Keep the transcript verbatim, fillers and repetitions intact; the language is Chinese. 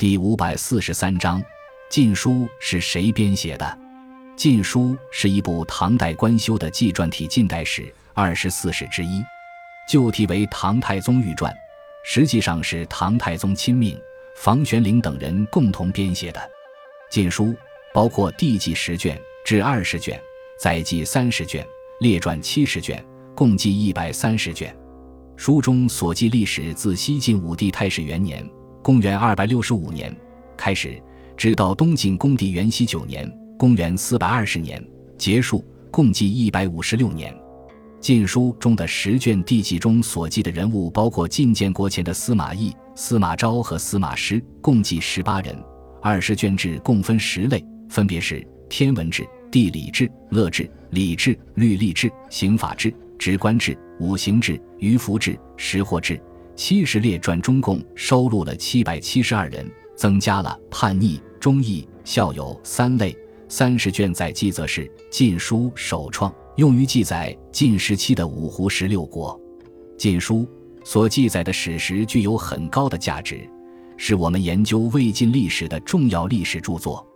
第五百四十三章，晋书是谁编写的？晋书是一部唐代官修的纪传体近代史二十四史之一，旧题为《唐太宗御传》，实际上是唐太宗亲命房玄龄等人共同编写的。晋书包括帝纪十卷至二十卷，载记三十卷，列传七十卷，共计一百三十卷。书中所记历史自西晋武帝太始元年公元二百六十五年开始，直到东晋恭帝元熙九年公元四百二十年结束，共计一百五十六年。晋书中的十卷帝纪中所记的人物包括晋建国前的司马懿、司马昭和司马师，共计十八人。二十卷制共分十类，分别是天文制、地理制、乐制、礼制、律例制、刑法制、职官制、五行制、渔夫制、识货制。七十列传中共收录了七百七十二人，增加了叛逆、忠义、孝友三类。三十卷载记则是晋书首创，用于记载晋时期的五胡十六国。晋书所记载的史实具有很高的价值，是我们研究魏晋历史的重要历史著作。